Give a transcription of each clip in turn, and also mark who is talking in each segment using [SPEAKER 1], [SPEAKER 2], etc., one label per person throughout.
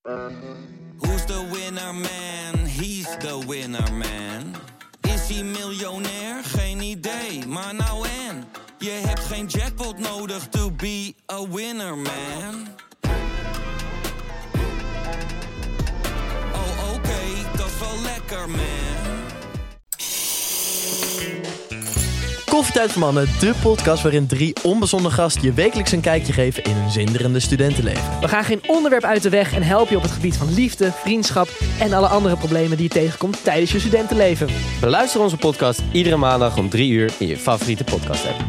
[SPEAKER 1] Who's the winner man? He's the winner man. Is hij miljonair? Geen idee, maar nou en. Je hebt geen jackpot nodig to be a winner man. Oh oké, dat is wel lekker man.
[SPEAKER 2] Koffietijd voor Mannen, de podcast waarin 3 onbezonnen gasten je wekelijks een kijkje geven in hun zinderende studentenleven.
[SPEAKER 3] We gaan geen onderwerp uit de weg en helpen je op het gebied van liefde, vriendschap en alle andere problemen die je tegenkomt tijdens je studentenleven.
[SPEAKER 4] Beluister onze podcast iedere maandag om 3 uur in je favoriete podcast app.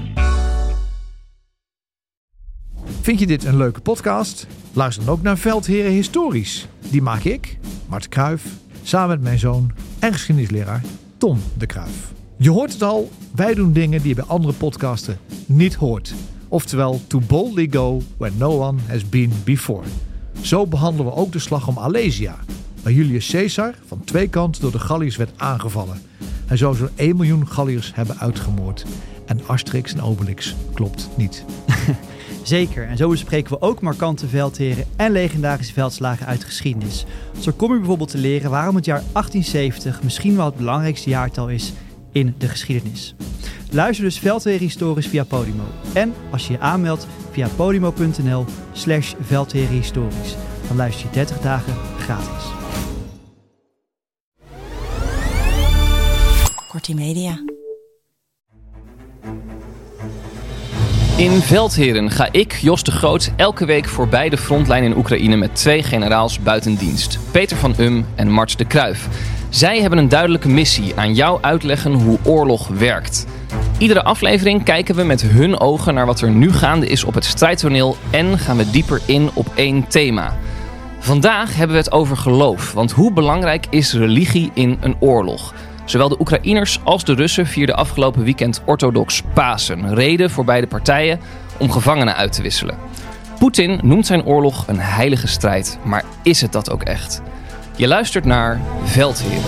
[SPEAKER 5] Vind je dit een leuke podcast? Luister dan ook naar Veldheren Historisch. Die maak ik, Mart Kruijf, samen met mijn zoon en geschiedenisleraar Tom de Kruijf. Je hoort het al, wij doen dingen die je bij andere podcasten niet hoort. Oftewel, to boldly go where no one has been before. Zo behandelen we ook de slag om Alesia, waar Julius Caesar van 2 kanten door de Galliërs werd aangevallen. Hij zou zo'n 1 miljoen Galliërs hebben uitgemoord. En Asterix en Obelix klopt niet.
[SPEAKER 6] Zeker, en zo bespreken we ook markante veldheren en legendarische veldslagen uit de geschiedenis. Zo kom je bijvoorbeeld te leren waarom het jaar 1870 misschien wel het belangrijkste jaartal is in de geschiedenis. Luister dus Veldheren Historisch via Podimo. En als je je aanmeldt via podimo.nl/veldherenhistorisch. Dan luister je 30 dagen gratis.
[SPEAKER 7] Kortie Media.
[SPEAKER 8] In Veldheren ga ik, Jos de Groot, elke week voorbij de frontlijn in Oekraïne met 2 generaals buiten dienst. Peter van en Mart de Kruijf. Zij hebben een duidelijke missie: aan jou uitleggen hoe oorlog werkt. Iedere aflevering kijken we met hun ogen naar wat er nu gaande is op het strijdtoneel en gaan we dieper in op 1 thema. Vandaag hebben we het over geloof, want hoe belangrijk is religie in een oorlog? Zowel de Oekraïners als de Russen vierden afgelopen weekend orthodox Pasen. Reden voor beide partijen om gevangenen uit te wisselen. Poetin noemt zijn oorlog een heilige strijd, maar is het dat ook echt? Je luistert naar Veldheren.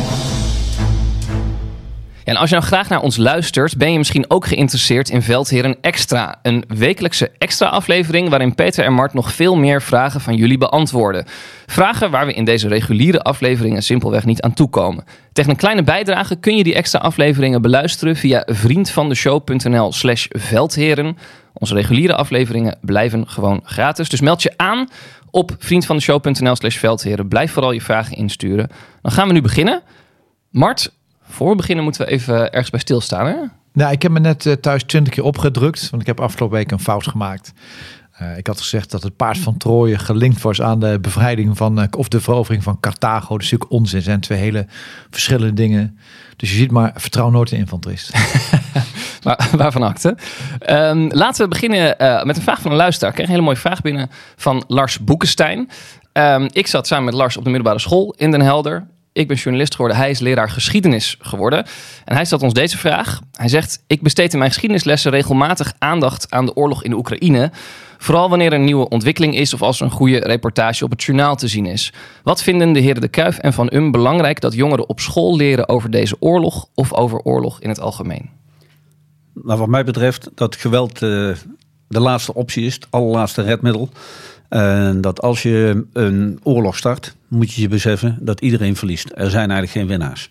[SPEAKER 8] Ja, en als je nou graag naar ons luistert, ben je misschien ook geïnteresseerd in Veldheren Extra. Een wekelijkse extra aflevering waarin Peter en Mart nog veel meer vragen van jullie beantwoorden. Vragen waar we in deze reguliere afleveringen simpelweg niet aan toekomen. Tegen een kleine bijdrage kun je die extra afleveringen beluisteren via vriendvandeshow.nl/Veldheren. Onze reguliere afleveringen blijven gewoon gratis. Dus meld je aan op vriendvandeshow.nl/Veldheren. Blijf vooral je vragen insturen. Dan gaan we nu beginnen. Mart, voor we beginnen moeten we even ergens bij stilstaan, hè?
[SPEAKER 5] Nou, ik heb me net thuis 20 keer opgedrukt, want ik heb afgelopen week een fout gemaakt. Ik had gezegd dat het paard van Troje gelinkt was aan de bevrijding van, of de verovering van Carthago. Dat is natuurlijk onzin. Het zijn 2 hele verschillende dingen. Dus je ziet maar, vertrouw nooit een infanterist.
[SPEAKER 8] Maar waarvan acte? Laten we beginnen met een vraag van een luisteraar. Ik kreeg een hele mooie vraag binnen van Lars Boekenstein. Ik zat samen met Lars op de middelbare school in Den Helder. Ik ben journalist geworden, hij is leraar geschiedenis geworden. En hij stelt ons deze vraag. Hij zegt: ik besteed in mijn geschiedenislessen regelmatig aandacht aan de oorlog in de Oekraïne. Vooral wanneer er een nieuwe ontwikkeling is of als er een goede reportage op het journaal te zien is. Wat vinden de heren de Kruijf en Van belangrijk dat jongeren op school leren over deze oorlog of over oorlog in het algemeen?
[SPEAKER 9] Nou, wat mij betreft dat geweld de laatste optie is, het allerlaatste redmiddel. En dat als je een oorlog start, moet je je beseffen dat iedereen verliest. Er zijn eigenlijk geen winnaars.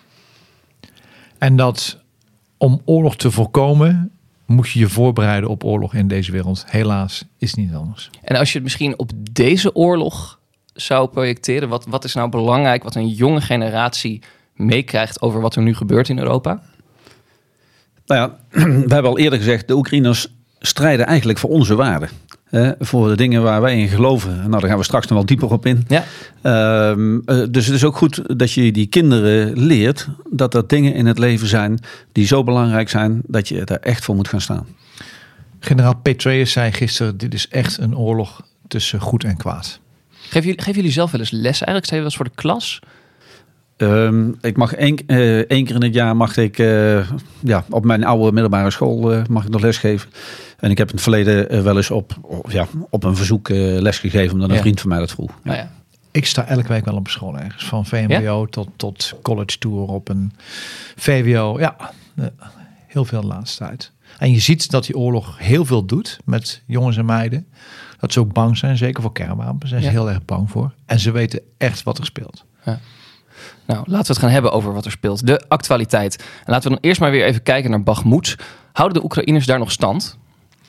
[SPEAKER 5] En dat om oorlog te voorkomen, moet je je voorbereiden op oorlog in deze wereld. Helaas is het niet anders.
[SPEAKER 8] En als je het misschien op deze oorlog zou projecteren, wat is nou belangrijk wat een jonge generatie meekrijgt over wat er nu gebeurt in Europa?
[SPEAKER 9] Nou ja, we hebben al eerder gezegd, de Oekraïners strijden eigenlijk voor onze waarden. Voor de dingen waar wij in geloven. Nou, daar gaan we straks nog wel dieper op in.
[SPEAKER 8] Ja.
[SPEAKER 9] Dus het is ook goed dat je die kinderen leert dat er dingen in het leven zijn die zo belangrijk zijn dat je daar echt voor moet gaan staan.
[SPEAKER 5] Generaal Petraeus zei gisteren, dit is echt een oorlog tussen goed en kwaad.
[SPEAKER 8] Geven jullie zelf wel eens les eigenlijk? Zijn je wel eens voor de klas?
[SPEAKER 9] Ik mag één keer in het jaar op mijn oude middelbare school mag ik nog lesgeven. En ik heb in het verleden wel eens op een verzoek lesgegeven omdat een vriend van mij dat vroeg. Ja.
[SPEAKER 8] Oh ja.
[SPEAKER 5] Ik sta elke week wel op school ergens. Van VMBO tot college tour op een VWO. Ja, heel veel de laatste tijd. En je ziet dat die oorlog heel veel doet met jongens en meiden. Dat ze ook bang zijn, zeker voor kernwapens. Daar zijn ze heel erg bang voor. En ze weten echt wat er speelt.
[SPEAKER 8] Ja. Nou, laten we het gaan hebben over wat er speelt. De actualiteit. En laten we dan eerst maar weer even kijken naar Bakhmut. Houden de Oekraïners daar nog stand?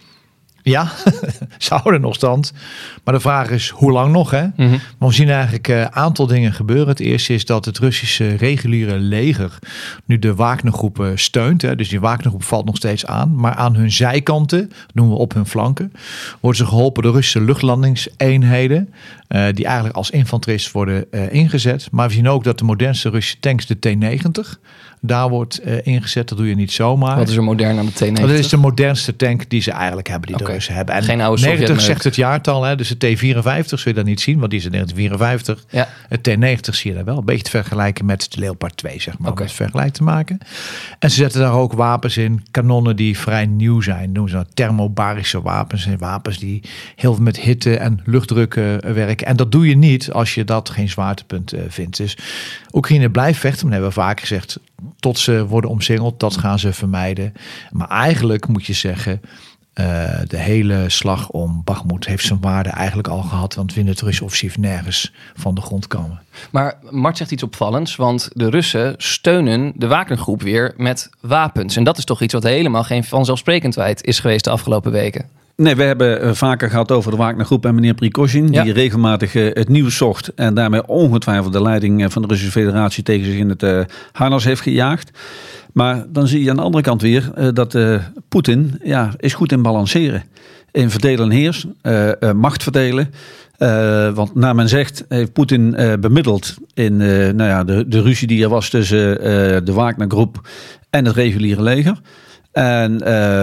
[SPEAKER 5] Ja, ze houden nog stand. Maar de vraag is, hoe lang nog? Hè?
[SPEAKER 8] Mm-hmm.
[SPEAKER 5] Maar we zien eigenlijk een aantal dingen gebeuren. Het eerste is dat het Russische reguliere leger nu de Wagner-groep steunt. Hè? Dus die Wagner-groep valt nog steeds aan. Maar aan hun zijkanten, noemen we op hun flanken, worden ze geholpen door Russische luchtlandingseenheden. Die eigenlijk als infanterist worden ingezet. Maar we zien ook dat de modernste Russische tanks, de T-90... daar wordt ingezet. Dat doe je niet zomaar.
[SPEAKER 8] Wat is er modern aan de T-90?
[SPEAKER 5] Dat is de modernste tank die ze eigenlijk hebben, die de Russen hebben. En
[SPEAKER 8] geen oude
[SPEAKER 5] 90 zegt het jaartal, hè? Dus de T-54 zul je dat niet zien, want die is in 1954.
[SPEAKER 8] Ja.
[SPEAKER 5] Het T-90 zie je daar wel. Een beetje te vergelijken met de Leopard 2, zeg maar. Om het vergelijk te maken. En ze zetten daar ook wapens in, kanonnen die vrij nieuw zijn. Noemen ze dat thermobarische wapens. En wapens die heel veel met hitte en luchtdruk werken. En dat doe je niet als je dat geen zwaartepunt vindt. Dus Oekraïne blijft vechten, dat hebben we vaak gezegd, tot ze worden omsingeld. Dat gaan ze vermijden. Maar eigenlijk moet je zeggen, de hele slag om Bakhmut heeft zijn waarde eigenlijk al gehad. Want we vinden het Russische offensief nergens van de grond komen.
[SPEAKER 8] Maar Mart zegt iets opvallends, want de Russen steunen de Wagnergroep weer met wapens. En dat is toch iets wat helemaal geen vanzelfsprekendheid is geweest de afgelopen weken.
[SPEAKER 9] Nee, we hebben vaker gehad over de Wagner-groep en meneer Prigozhin, die regelmatig het nieuws zocht en daarmee ongetwijfeld de leiding van de Russische Federatie tegen zich in het harnas heeft gejaagd. Maar dan zie je aan de andere kant weer dat Poetin is goed in balanceren. In verdelen en heers, macht verdelen. Want naar men zegt heeft Poetin bemiddeld in de ruzie die er was tussen de Wagner-groep en het reguliere leger. En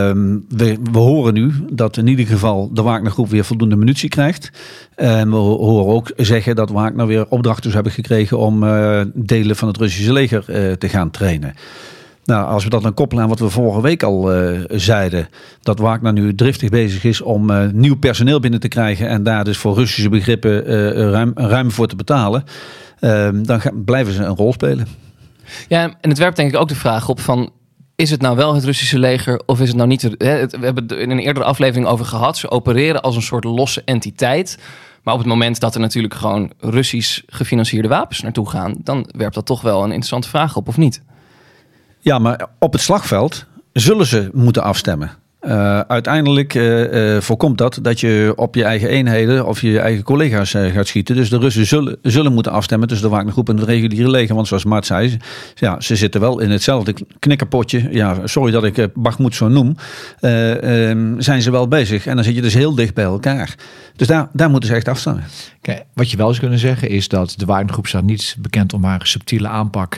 [SPEAKER 9] we horen nu dat in ieder geval de Wagner-groep weer voldoende munitie krijgt. En we horen ook zeggen dat Wagner weer opdrachten hebben gekregen om delen van het Russische leger te gaan trainen. Nou, als we dat dan koppelen aan wat we vorige week al zeiden, dat Wagner nu driftig bezig is om nieuw personeel binnen te krijgen en daar dus voor Russische begrippen ruim voor te betalen, dan blijven ze een rol spelen.
[SPEAKER 8] Ja, en het werpt denk ik ook de vraag op van, is het nou wel het Russische leger of is het nou niet? We hebben het in een eerdere aflevering over gehad. Ze opereren als een soort losse entiteit. Maar op het moment dat er natuurlijk gewoon Russisch gefinancierde wapens naartoe gaan, dan werpt dat toch wel een interessante vraag op, of niet?
[SPEAKER 9] Ja, maar op het slagveld zullen ze moeten afstemmen. Uiteindelijk voorkomt dat je op je eigen eenheden of je eigen collega's gaat schieten. Dus de Russen zullen moeten afstemmen tussen de Wagnergroep en het reguliere leger. Want zoals Mart zei, ze zitten wel in hetzelfde knikkerpotje. Ja, sorry dat ik Bakhmut zo noem. Zijn ze wel bezig. En dan zit je dus heel dicht bij elkaar. Dus daar moeten ze echt afstemmen.
[SPEAKER 5] Kijk, wat je wel eens kunnen zeggen is dat de Wagnergroep staat niet bekend om haar subtiele aanpak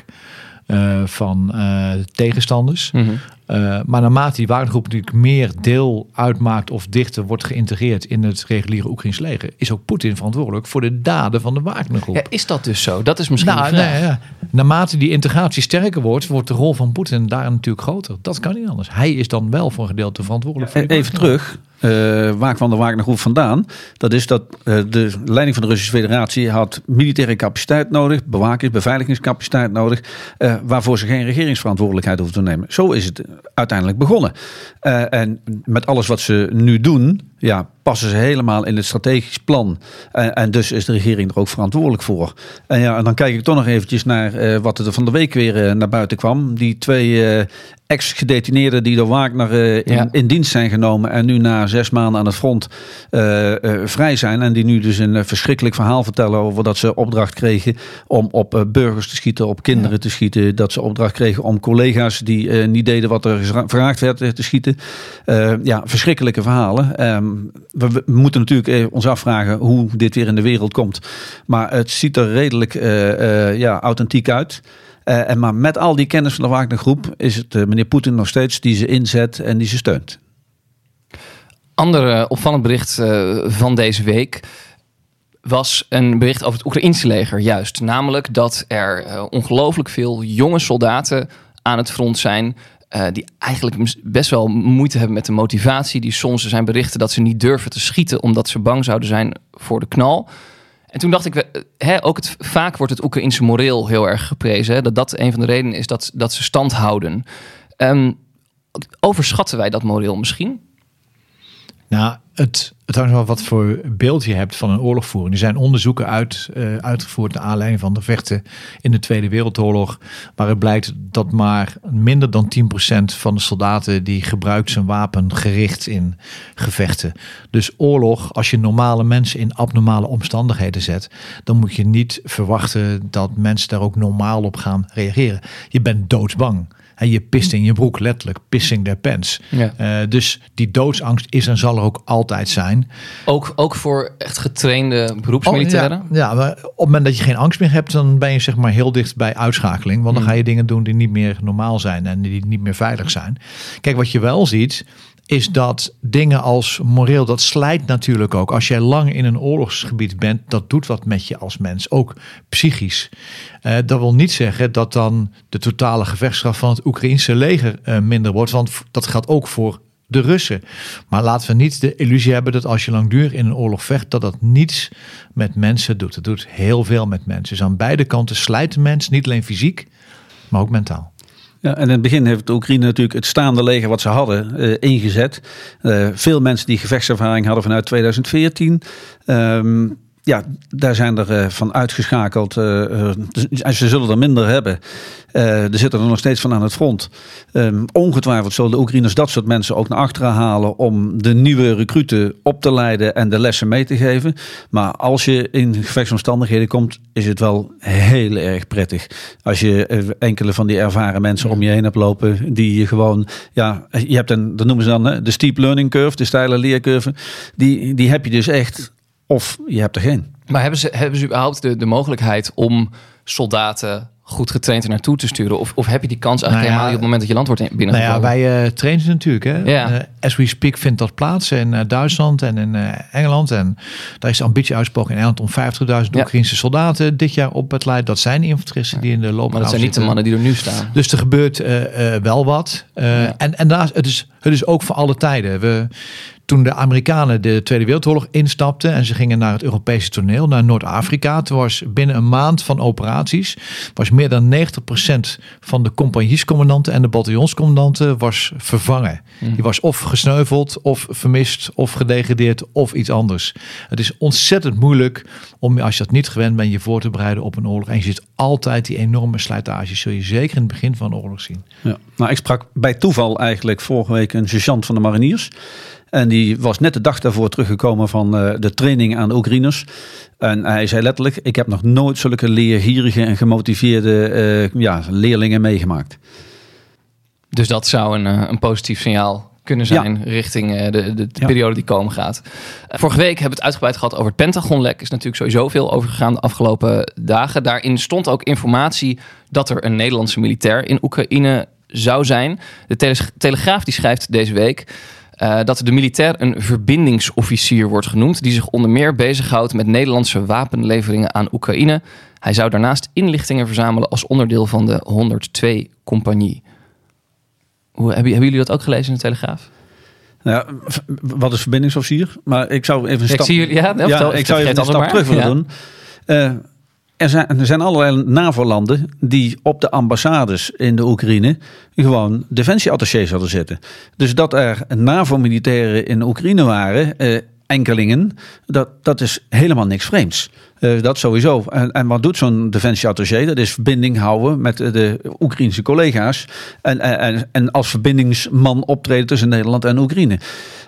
[SPEAKER 5] van tegenstanders. Mm-hmm. Maar naarmate die Wagnergroep natuurlijk meer deel uitmaakt of dichter wordt geïntegreerd in het reguliere Oekraïns leger, is ook Poetin verantwoordelijk voor de daden van de Wagnergroep.
[SPEAKER 8] Ja, is dat dus zo? Dat is misschien de vraag.
[SPEAKER 5] Nee. Naarmate die integratie sterker wordt de rol van Poetin daar natuurlijk groter. Dat kan niet anders. Hij is dan wel voor een gedeelte verantwoordelijk voor
[SPEAKER 9] even terug. Waar kwam de Wagnergroep vandaan? Dat is dat de leiding van de Russische Federatie had militaire capaciteit nodig, beveiligingscapaciteit nodig, waarvoor ze geen regeringsverantwoordelijkheid hoeven te nemen. Zo is het uiteindelijk begonnen. En met alles wat ze nu doen, passen ze helemaal in het strategisch plan. En dus is de regering er ook verantwoordelijk voor. En dan kijk ik toch nog eventjes naar wat er van de week weer naar buiten kwam. Die 2 ex-gedetineerden die door Wagner in dienst zijn genomen en nu na 6 maanden aan het front vrij zijn. En die nu dus een verschrikkelijk verhaal vertellen over dat ze opdracht kregen om op burgers te schieten, op kinderen te schieten. Dat ze opdracht kregen om collega's die niet deden wat er gevraagd werd te schieten. Verschrikkelijke verhalen. We moeten natuurlijk ons afvragen hoe dit weer in de wereld komt. Maar het ziet er redelijk authentiek uit. Maar met al die kennis van de Wagnergroep is het meneer Poetin nog steeds die ze inzet en die ze steunt.
[SPEAKER 8] Ander opvallend bericht van deze week was een bericht over het Oekraïense leger juist. Namelijk dat er ongelooflijk veel jonge soldaten aan het front zijn, die eigenlijk best wel moeite hebben met de motivatie. Die soms zijn berichten dat ze niet durven te schieten omdat ze bang zouden zijn voor de knal. En toen dacht ik, vaak wordt het Oekraïense moreel heel erg geprezen. Hè, dat een van de redenen is dat ze stand houden. Overschatten wij dat moreel misschien?
[SPEAKER 5] Nou, het hangt wel wat voor beeld je hebt van een oorlogvoering. Er zijn onderzoeken uitgevoerd naar aanleiding van de vechten in de Tweede Wereldoorlog, waaruit blijkt dat maar minder dan 10% van de soldaten die gebruikt zijn wapen gericht in gevechten. Dus oorlog, als je normale mensen in abnormale omstandigheden zet, dan moet je niet verwachten dat mensen daar ook normaal op gaan reageren. Je bent doodsbang. En je pist in je broek, letterlijk, pissing their pants. Ja. Dus die doodsangst is en zal er ook altijd zijn.
[SPEAKER 8] Ook voor echt getrainde beroepsmilitairen?
[SPEAKER 5] Ja, maar op het moment dat je geen angst meer hebt, dan ben je zeg maar heel dicht bij uitschakeling. Want dan ga je dingen doen die niet meer normaal zijn en die niet meer veilig zijn. Kijk, wat je wel ziet, is dat dingen als moreel, dat slijt natuurlijk ook. Als jij lang in een oorlogsgebied bent, dat doet wat met je als mens, ook psychisch. Dat wil niet zeggen dat dan de totale gevechtskracht van het Oekraïense leger minder wordt, want dat geldt ook voor de Russen. Maar laten we niet de illusie hebben dat als je langdurig in een oorlog vecht, dat dat niets met mensen doet. Het doet heel veel met mensen. Dus aan beide kanten slijten mensen, niet alleen fysiek, maar ook mentaal.
[SPEAKER 9] Ja, en in het begin heeft de Oekraïne natuurlijk het staande leger wat ze hadden ingezet. Veel mensen die gevechtservaring hadden vanuit 2014. Ja, daar zijn er van uitgeschakeld. Ze zullen er minder hebben. Er zitten er nog steeds van aan het front. Ongetwijfeld zullen de Oekraïners dat soort mensen ook naar achteren halen om de nieuwe recruten op te leiden en de lessen mee te geven. Maar als je in gevechtsomstandigheden komt, is het wel heel erg prettig. Als je enkele van die ervaren mensen om je heen hebt lopen, die je gewoon, ja, je hebt dat noemen ze dan de steep learning curve, de steile leercurve. Die heb je dus echt. Of je hebt er geen. Maar
[SPEAKER 8] hebben ze überhaupt de mogelijkheid om soldaten goed getraind er naartoe te sturen? Of heb je die kans eigenlijk helemaal op het moment dat je land wordt binnengekomen?
[SPEAKER 5] Nou ja, wij trainen ze natuurlijk. Hè?
[SPEAKER 8] Ja.
[SPEAKER 5] As we speak vindt dat plaats in Duitsland en in Engeland. En daar is de ambitie uitgesproken in Engeland om 50.000 Oekraïnse soldaten dit jaar op het leiden. Dat zijn infanteristen die in de loopgraaf.
[SPEAKER 8] Maar dat zijn niet de mannen die er nu staan.
[SPEAKER 5] Dus er gebeurt wel wat. En daarnaast, het is ook voor alle tijden. Toen de Amerikanen de Tweede Wereldoorlog instapten en ze gingen naar het Europese toneel, naar Noord-Afrika. Toen was binnen een maand van operaties, was meer dan 90% van de compagniescommandanten en de bataljonscommandanten was vervangen. Die was of gesneuveld, of vermist, of gedegradeerd, of iets anders. Het is ontzettend moeilijk om, als je dat niet gewend bent, je voor te bereiden op een oorlog. En je ziet altijd die enorme slijtage, zul je zeker in het begin van een oorlog zien.
[SPEAKER 9] Ja. Nou, ik sprak bij toeval eigenlijk vorige week een sergeant van de mariniers. En die was net de dag daarvoor teruggekomen van de training aan de Oekraïners. En hij zei letterlijk, ik heb nog nooit zulke leergierige en gemotiveerde leerlingen meegemaakt.
[SPEAKER 8] Dus dat zou een positief signaal kunnen zijn richting de periode die komen gaat. Vorige week hebben we het uitgebreid gehad over het Pentagonlek. Is natuurlijk sowieso veel overgegaan de afgelopen dagen. Daarin stond ook informatie dat er een Nederlandse militair in Oekraïne zou zijn. De Telegraaf die schrijft deze week dat de militair een verbindingsofficier wordt genoemd, die zich onder meer bezighoudt met Nederlandse wapenleveringen aan Oekraïne. Hij zou daarnaast inlichtingen verzamelen als onderdeel van de 102-compagnie. Hebben jullie dat ook gelezen in de Telegraaf?
[SPEAKER 9] Ja, wat is verbindingsofficier? Maar ik zou even
[SPEAKER 8] een
[SPEAKER 9] stap terug willen doen. Er zijn allerlei NAVO-landen die op de ambassades in de Oekraïne gewoon defensieattachés hadden zitten. Dus dat er NAVO-militairen in Oekraïne waren, enkelingen, dat is helemaal niks vreemds. Dat sowieso. En wat doet zo'n defensieattaché? Dat is verbinding houden met de Oekraïense collega's. En als verbindingsman optreden tussen Nederland en Oekraïne.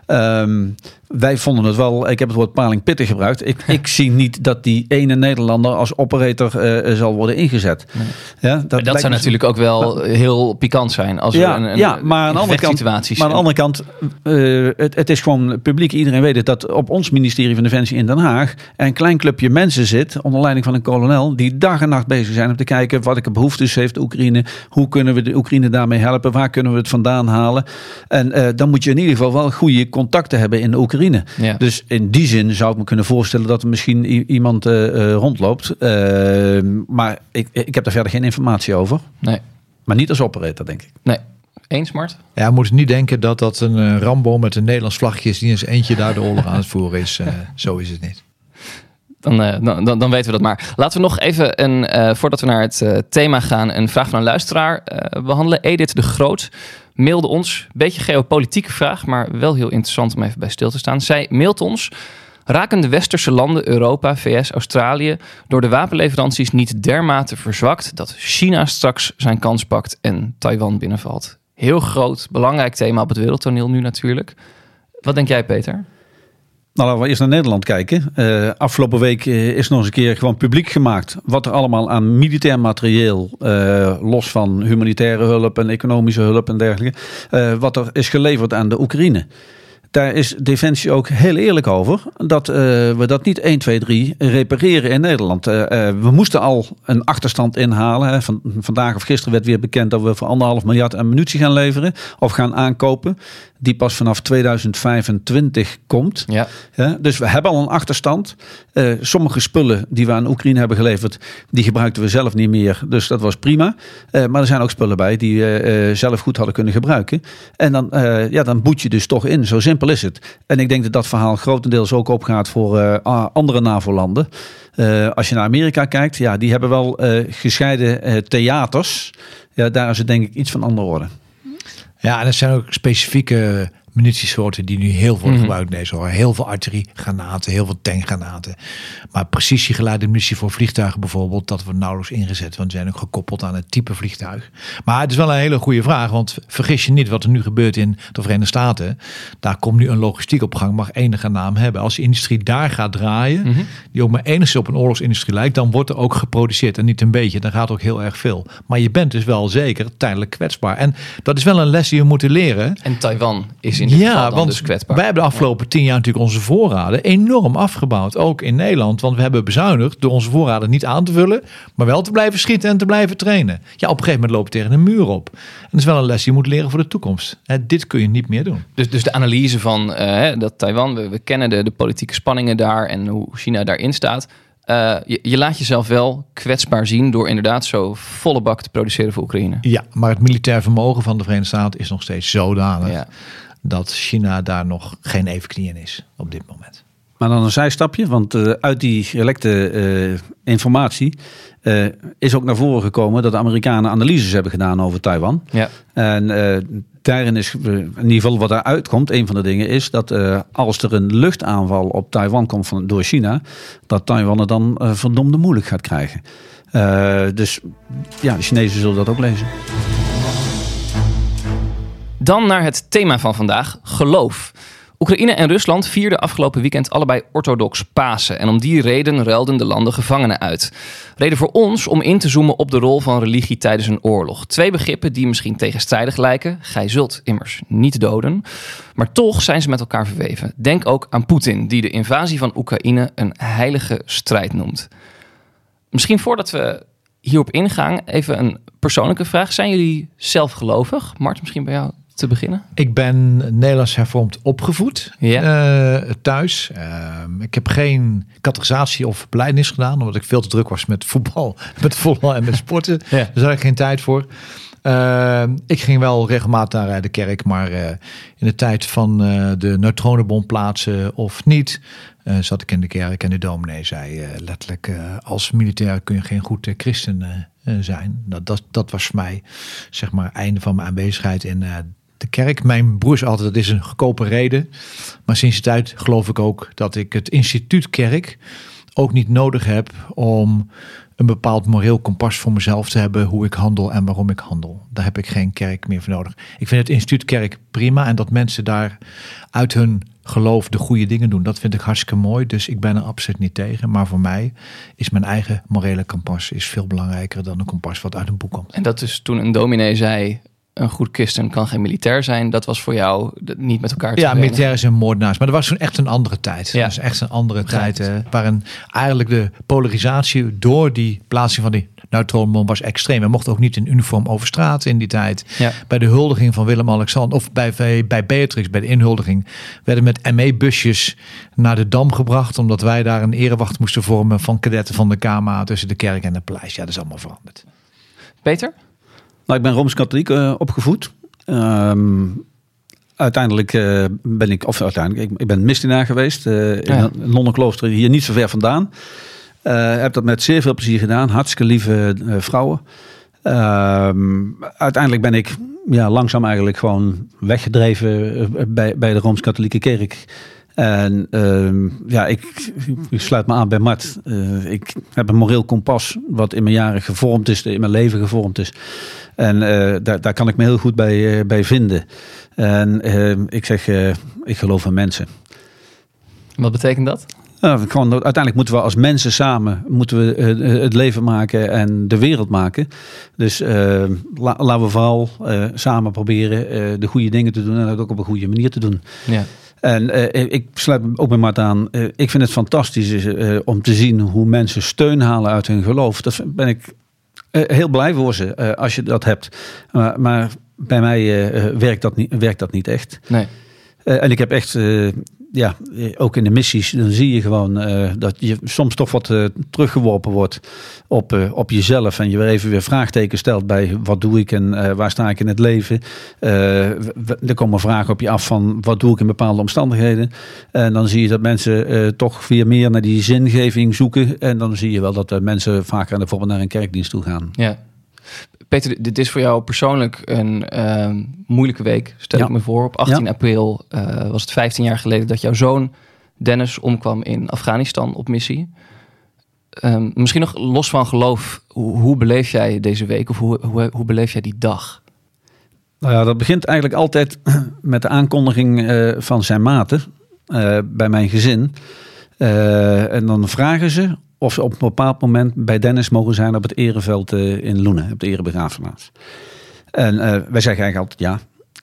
[SPEAKER 9] Wij vonden het wel, ik heb het woord paling pittig gebruikt. Ik zie niet dat die ene Nederlander als operator zal worden ingezet.
[SPEAKER 8] Nee. Ja, dat zou natuurlijk ook wel heel pikant zijn. Als maar aan de andere kant,
[SPEAKER 9] het is gewoon publiek. Iedereen weet het, dat op ons ministerie van Defensie in Den Haag een klein clubje mensen zit, onder leiding van een kolonel, die dag en nacht bezig zijn om te kijken wat de behoeftes heeft de Oekraïne. Hoe kunnen we de Oekraïne daarmee helpen? Waar kunnen we het vandaan halen? En dan moet je in ieder geval wel goede contacten hebben in de Oekraïne. Ja. Dus in die zin zou ik me kunnen voorstellen dat er misschien iemand rondloopt. Maar ik heb daar verder geen informatie over.
[SPEAKER 8] Nee.
[SPEAKER 9] Maar niet als operator, denk ik.
[SPEAKER 8] Nee. Eens, Mart?
[SPEAKER 5] Ja, we moeten niet denken dat dat een Rambo met een Nederlands vlagje is die in zijn eentje daar de oorlog aan het voeren is. Zo is het niet.
[SPEAKER 8] Dan weten we dat maar. Laten we nog even, voordat we naar het thema gaan, een vraag van een luisteraar behandelen. Edith de Groot mailde ons, een beetje geopolitieke vraag, maar wel heel interessant om even bij stil te staan. Zij mailt ons: raken de westerse landen, Europa, VS, Australië, door de wapenleveranties niet dermate verzwakt dat China straks zijn kans pakt en Taiwan binnenvalt? Heel groot, belangrijk thema op het wereldtoneel nu natuurlijk. Wat denk jij, Peter?
[SPEAKER 9] Nou, laten we eerst naar Nederland kijken. Afgelopen week is nog eens een keer gewoon publiek gemaakt wat er allemaal aan militair materieel, los van humanitaire hulp en economische hulp en dergelijke, wat er is geleverd aan de Oekraïne. Daar is Defensie ook heel eerlijk over dat we dat niet 1, 2, 3 repareren in Nederland. We moesten al een achterstand inhalen. Hè. Vandaag of gisteren werd weer bekend dat we voor 1,5 miljard aan munitie gaan leveren of gaan aankopen. Die pas vanaf 2025 komt. Ja. Dus we hebben al een achterstand. Sommige spullen die we aan Oekraïne hebben geleverd, die gebruikten we zelf niet meer. Dus dat was prima. Maar er zijn ook spullen bij die we zelf goed hadden kunnen gebruiken. En dan boet je dus toch in. Zo simpel is het. En ik denk dat dat verhaal grotendeels ook opgaat voor andere NAVO-landen. Als je naar Amerika kijkt, ja, die hebben wel gescheiden theaters. Ja, daar is het denk ik iets van andere orde.
[SPEAKER 5] Ja, en er zijn ook specifieke munitiesoorten die nu heel veel gebruikt deze hoor. Heel veel artilleriegranaten, heel veel tankgranaten. Maar precisiegeleide munitie voor vliegtuigen bijvoorbeeld, dat wordt nauwelijks ingezet. Want ze zijn ook gekoppeld aan het type vliegtuig. Maar het is wel een hele goede vraag. Want vergis je niet wat er nu gebeurt in de Verenigde Staten. Daar komt nu een logistiek op gang, mag enige naam hebben. Als de industrie daar gaat draaien, die ook maar enigszins op een oorlogsindustrie lijkt, dan wordt er ook geproduceerd. En niet een beetje, dan gaat ook heel erg veel. Maar je bent dus wel zeker tijdelijk kwetsbaar. En dat is wel een les die we moeten leren.
[SPEAKER 8] En Taiwan is in dit geval dan dus kwetsbaar.
[SPEAKER 5] Wij hebben de afgelopen 10 jaar natuurlijk onze voorraden enorm afgebouwd. Ook in Nederland. Want we hebben bezuinigd door onze voorraden niet aan te vullen, maar wel te blijven schieten en te blijven trainen. Ja, op een gegeven moment loop je tegen een muur op. En dat is wel een les die je moet leren voor de toekomst. Dit kun je niet meer doen.
[SPEAKER 8] Dus de analyse van dat Taiwan, we kennen de politieke spanningen daar en hoe China daarin staat. Je laat jezelf wel kwetsbaar zien door inderdaad zo volle bak te produceren voor Oekraïne.
[SPEAKER 5] Ja, maar het militair vermogen van de Verenigde Staten is nog steeds zodanig dat China daar nog geen evenknie in is op dit moment.
[SPEAKER 9] Maar dan een zijstapje, want uit die gelekte informatie is ook naar voren gekomen dat de Amerikanen analyses hebben gedaan over Taiwan. Ja. En daarin is in ieder geval wat daaruit komt, een van de dingen is dat als er een luchtaanval op Taiwan komt door China, dat Taiwan het dan verdomde moeilijk gaat krijgen. Dus ja, de Chinezen zullen dat ook lezen.
[SPEAKER 8] Dan naar het thema van vandaag, geloof. Oekraïne en Rusland vierden afgelopen weekend allebei orthodox Pasen. En om die reden ruilden de landen gevangenen uit. Reden voor ons om in te zoomen op de rol van religie tijdens een oorlog. 2 begrippen die misschien tegenstrijdig lijken. Gij zult immers niet doden. Maar toch zijn ze met elkaar verweven. Denk ook aan Poetin, die de invasie van Oekraïne een heilige strijd noemt. Misschien voordat we hierop ingaan, even een persoonlijke vraag. Zijn jullie zelf gelovig? Mart, misschien bij jou te beginnen?
[SPEAKER 5] Ik ben Nederlands hervormd opgevoed thuis. Ik heb geen catechisatie of belijdenis gedaan, omdat ik veel te druk was met voetbal en met sporten. Daar had ik geen tijd voor. Ik ging wel regelmatig naar de kerk, maar in de tijd van de neutronenbom plaatsen of niet, zat ik in de kerk en de dominee zei letterlijk, als militair kun je geen goed christen zijn. Dat was voor mij, zeg maar, einde van mijn aanwezigheid in de kerk. Mijn broer zei altijd, dat is een goedkope reden. Maar sinds die tijd geloof ik ook dat ik het instituut kerk ook niet nodig heb om een bepaald moreel kompas voor mezelf te hebben, hoe ik handel en waarom ik handel. Daar heb ik geen kerk meer voor nodig. Ik vind het instituut kerk prima en dat mensen daar uit hun geloof de goede dingen doen. Dat vind ik hartstikke mooi, dus ik ben er absoluut niet tegen. Maar voor mij is mijn eigen morele kompas is veel belangrijker dan een kompas wat uit een boek komt.
[SPEAKER 8] En dat is toen een dominee zei, een goed christen kan geen militair zijn. Dat was voor jou niet met elkaar te verenigen.
[SPEAKER 5] Ja, militair is een moordenaars. Maar dat was toen echt een andere tijd. Ja. Dat is echt een andere tijd. Waarin eigenlijk de polarisatie door die plaatsing van die neutronenbom was extreem. We mochten ook niet in uniform over straat in die tijd. Ja. Bij de huldiging van Willem-Alexander, of bij Beatrix, bij de inhuldiging, werden met ME-busjes naar de Dam gebracht, omdat wij daar een erewacht moesten vormen van kadetten van de KMA tussen de kerk en het paleis. Ja, dat is allemaal veranderd.
[SPEAKER 8] Peter?
[SPEAKER 9] Nou, ik ben Rooms-Katholiek opgevoed. uiteindelijk ik ben misdienaar geweest in een nonnenklooster hier niet zo ver vandaan. Heb dat met zeer veel plezier gedaan. Hartstikke lieve vrouwen. Uiteindelijk ben ik langzaam eigenlijk gewoon weggedreven bij de Rooms-Katholieke Kerk. En ik sluit me aan bij Mart. Ik heb een moreel kompas wat in mijn jaren gevormd is, in mijn leven gevormd is. En daar kan ik me heel goed bij vinden. En ik zeg, ik geloof in mensen.
[SPEAKER 8] Wat betekent dat?
[SPEAKER 9] Gewoon, uiteindelijk moeten we als mensen samen het leven maken en de wereld maken. Dus laten we vooral samen proberen de goede dingen te doen en dat ook op een goede manier te doen. Ja. En ik sluit me ook bij Mart aan. Ik vind het fantastisch om te zien hoe mensen steun halen uit hun geloof. Dat ben ik heel blij voor ze als je dat hebt. Maar bij mij werkt dat niet echt. Nee. En ik heb echt... ook in de missies, dan zie je gewoon dat je soms toch wat teruggeworpen wordt op jezelf. En je weer even vraagtekens stelt bij wat doe ik en waar sta ik in het leven. Er komen vragen op je af van wat doe ik in bepaalde omstandigheden. En dan zie je dat mensen toch weer meer naar die zingeving zoeken. En dan zie je wel dat mensen vaker bijvoorbeeld naar een kerkdienst toe gaan.
[SPEAKER 8] Ja. Peter, dit is voor jou persoonlijk een moeilijke week, stel ik me voor. Op 18 april was het 15 jaar geleden dat jouw zoon Dennis omkwam in Afghanistan op missie. Misschien nog los van geloof, hoe beleef jij deze week of hoe beleef jij die dag?
[SPEAKER 9] Nou ja, dat begint eigenlijk altijd met de aankondiging van zijn maten bij mijn gezin. En dan vragen ze of ze op een bepaald moment bij Dennis mogen zijn op het ereveld in Loenen, op de erebegraafplaats. En wij zeggen eigenlijk altijd ja.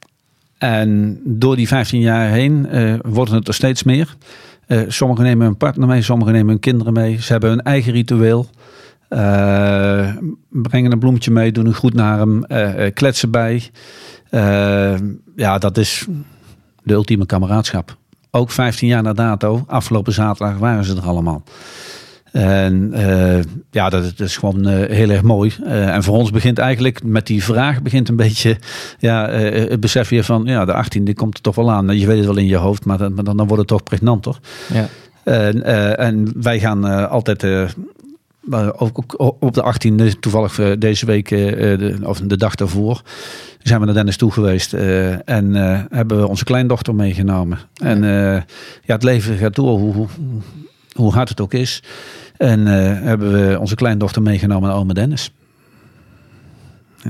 [SPEAKER 9] En door die 15 jaar heen worden het er steeds meer. Sommigen nemen hun partner mee, sommigen nemen hun kinderen mee. Ze hebben hun eigen ritueel. Brengen een bloemetje mee, doen een groet naar hem, kletsen bij. Dat is de ultieme kameraadschap. Ook 15 jaar na dato, afgelopen zaterdag waren ze er allemaal. En dat is gewoon heel erg mooi. En voor ons begint eigenlijk met die vraag een beetje het besef weer van de 18e komt er toch wel aan. Je weet het wel in je hoofd, maar dan wordt het toch pregnanter. Ja. En wij gaan altijd op de 18e, toevallig deze week of de dag daarvoor, zijn we naar Dennis toe geweest en hebben we onze kleindochter meegenomen. En het leven gaat door, hoe hard het ook is. En hebben we onze kleindochter meegenomen naar oma Dennis. Ja.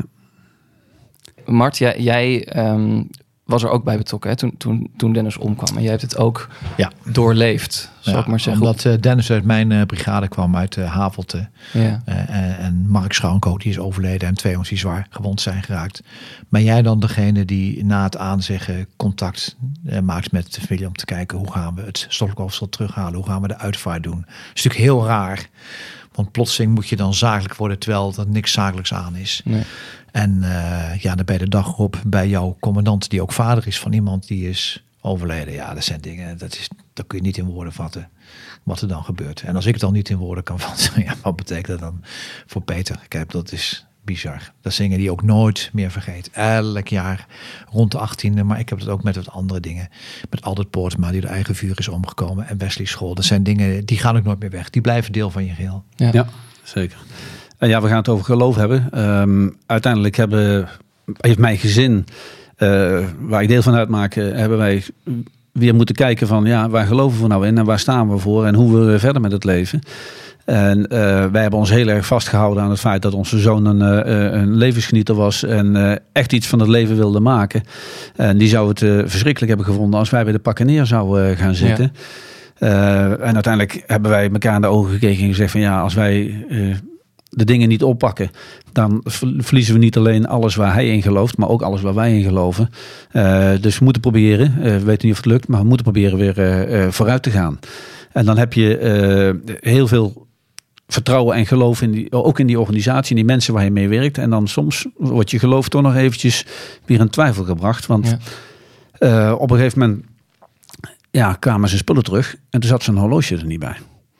[SPEAKER 8] Mart, jij was er ook bij betrokken hè? Toen Dennis omkwam. En jij hebt het ook doorleefd, zal ik maar zeggen.
[SPEAKER 5] Omdat Dennis uit mijn brigade kwam, uit Havelte. Ja. En Mark Schouwenko, die is overleden. En 2 jongens die zwaar gewond zijn geraakt. Ben jij dan degene die na het aanzeggen contact maakt met de familie om te kijken hoe gaan we het stoffelijk overschot terughalen? Hoe gaan we de uitvaart doen? Dat is natuurlijk heel raar. Want plotseling moet je dan zakelijk worden terwijl er niks zakelijks aan is. Nee. En dan bij de dag erop bij jouw commandant, die ook vader is van iemand die is overleden. Ja, dat zijn dingen, dat kun je niet in woorden vatten wat er dan gebeurt. En als ik het dan niet in woorden kan vatten, wat betekent dat dan voor Peter? Kijk, dat is bizar. Dat zijn dingen die ook nooit meer vergeet. Elk jaar rond de 18e, maar ik heb het ook met wat andere dingen. Met Albert Poortma, die door eigen vuur is omgekomen. En Wesley School. Dat zijn dingen, die gaan ook nooit meer weg. Die blijven deel van je geheel.
[SPEAKER 9] Ja, zeker. En we gaan het over geloof hebben. Uiteindelijk heeft mijn gezin, waar ik deel van uitmaak, hebben wij weer moeten kijken van waar geloven we nou in en waar staan we voor en hoe willen we verder met het leven. En wij hebben ons heel erg vastgehouden aan het feit dat onze zoon een levensgenieter was en echt iets van het leven wilde maken. En die zou het verschrikkelijk hebben gevonden als wij bij de pakken neer zouden gaan zitten. Ja. En uiteindelijk hebben wij elkaar in de ogen gekeken en gezegd van als wij de dingen niet oppakken, dan verliezen we niet alleen alles waar hij in gelooft, maar ook alles waar wij in geloven. Dus we moeten proberen, we weten niet of het lukt, maar we moeten proberen weer vooruit te gaan. En dan heb je heel veel vertrouwen en geloof ook in die organisatie, in die mensen waar je mee werkt. En dan soms wordt je geloof toch nog eventjes weer in twijfel gebracht. Want op een gegeven moment kwamen zijn spullen terug en toen zat zijn horloge er niet bij.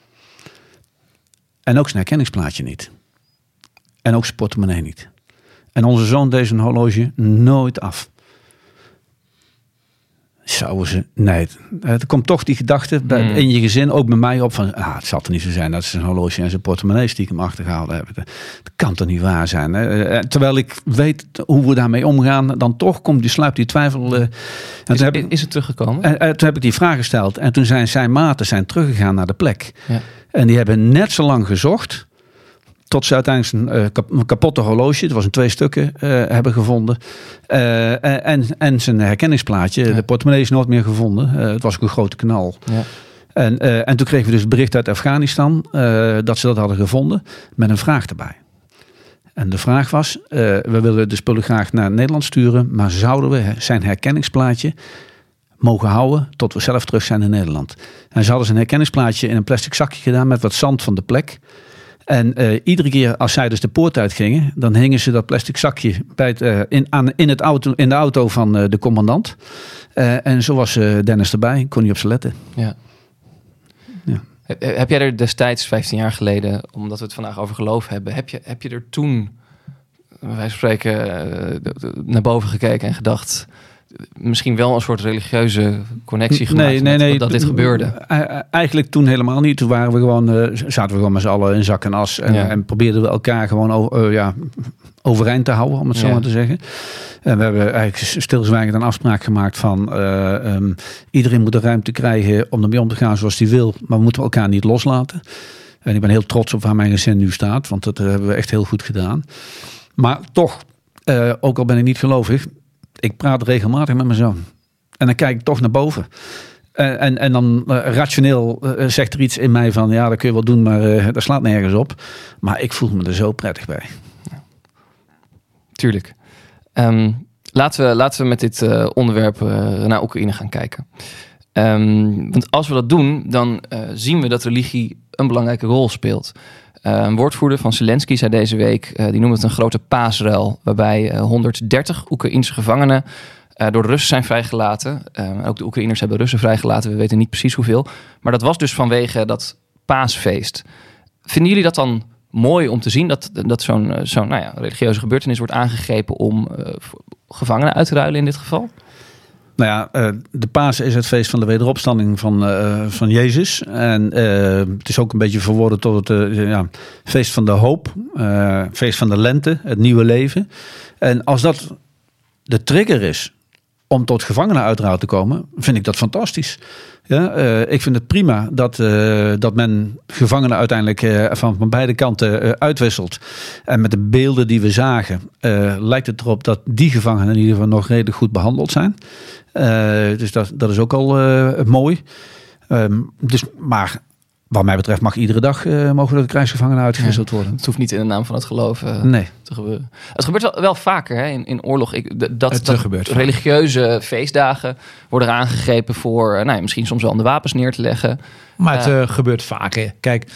[SPEAKER 9] En ook zijn herkenningsplaatje niet. En ook zijn portemonnee niet. En onze zoon deed zijn horloge nooit af. Zouden ze... Nee, er komt toch die gedachte in je gezin, ook bij mij op van... het zal er niet zo zijn dat ze een horloge en zijn portemonnee stiekem achtergehaald hebben. Dat kan toch niet waar zijn. Hè? Terwijl ik weet hoe we daarmee omgaan, dan toch sluipt die twijfel...
[SPEAKER 8] Is het teruggekomen?
[SPEAKER 9] Toen heb ik die vraag gesteld. En toen zijn zijn maten teruggegaan naar de plek. Ja. En die hebben net zo lang gezocht... tot ze uiteindelijk een kapotte horloge, het was in 2 stukken, hebben gevonden. En zijn herkenningsplaatje, de portemonnee is nooit meer gevonden. Het was ook een grote knal. Ja. En toen kregen we dus het bericht uit Afghanistan dat ze dat hadden gevonden met een vraag erbij. En de vraag was, we willen de spullen graag naar Nederland sturen, maar zouden we zijn herkenningsplaatje mogen houden tot we zelf terug zijn in Nederland? En ze hadden zijn herkenningsplaatje in een plastic zakje gedaan met wat zand van de plek. En iedere keer als zij dus de poort uitgingen, dan hingen ze dat plastic zakje bij in de auto van de commandant. En zo was Dennis erbij, kon hij op ze letten.
[SPEAKER 8] Ja. Heb jij er destijds, 15 jaar geleden, omdat we het vandaag over geloof hebben, heb je er toen, bij wijze van spreken, naar boven gekeken en gedacht... misschien wel een soort religieuze connectie gemaakt met dat dit gebeurde?
[SPEAKER 9] Eigenlijk toen helemaal niet. Toen waren we zaten we gewoon met z'n allen in zak en as. En probeerden we elkaar gewoon overeind te houden, om het zo maar te zeggen. En we hebben eigenlijk stilzwijgend een afspraak gemaakt van... iedereen moet de ruimte krijgen om ermee om te gaan zoals hij wil. Maar we moeten elkaar niet loslaten. En ik ben heel trots op waar mijn gezin nu staat. Want dat hebben we echt heel goed gedaan. Maar toch, ook al ben ik niet gelovig... ik praat regelmatig met mijn zoon. En dan kijk ik toch naar boven. En dan rationeel zegt er iets in mij van... ja, dat kun je wel doen, maar dat slaat nergens op. Maar ik voel me er zo prettig bij.
[SPEAKER 8] Ja. Tuurlijk. Laten we met dit onderwerp naar Oekraïne gaan kijken. Want als we dat doen, dan zien we dat religie een belangrijke rol speelt. Een woordvoerder van Zelensky zei deze week... die noemde het een grote paasruil... waarbij 130 Oekraïense gevangenen... door de Russen zijn vrijgelaten. Ook de Oekraïners hebben Russen vrijgelaten. We weten niet precies hoeveel. Maar dat was dus vanwege dat paasfeest. Vinden jullie dat dan mooi om te zien... dat zo'n religieuze gebeurtenis wordt aangegrepen... om gevangenen uit te ruilen in dit geval?
[SPEAKER 9] Nou ja, de Pasen is het feest van de wederopstanding van Jezus. En het is ook een beetje verworden tot het feest van de hoop. Feest van de lente, het nieuwe leven. En als dat de trigger is om tot gevangenen uiteraard te komen, vind ik dat fantastisch. Ja, ik vind het prima dat men gevangenen uiteindelijk van beide kanten uitwisselt. En met de beelden die we zagen, lijkt het erop dat die gevangenen in ieder geval nog redelijk goed behandeld zijn. Dus dat is ook al mooi. Maar wat mij betreft mag iedere dag mogen de krijgsgevangenen uitgewisseld worden.
[SPEAKER 8] Het hoeft niet in de naam van het geloof te gebeuren. Het gebeurt wel vaker hè, in oorlog. Dat religieuze feestdagen worden aangegrepen voor... misschien soms wel om de wapens neer te leggen.
[SPEAKER 5] Maar het gebeurt vaker. Kijk,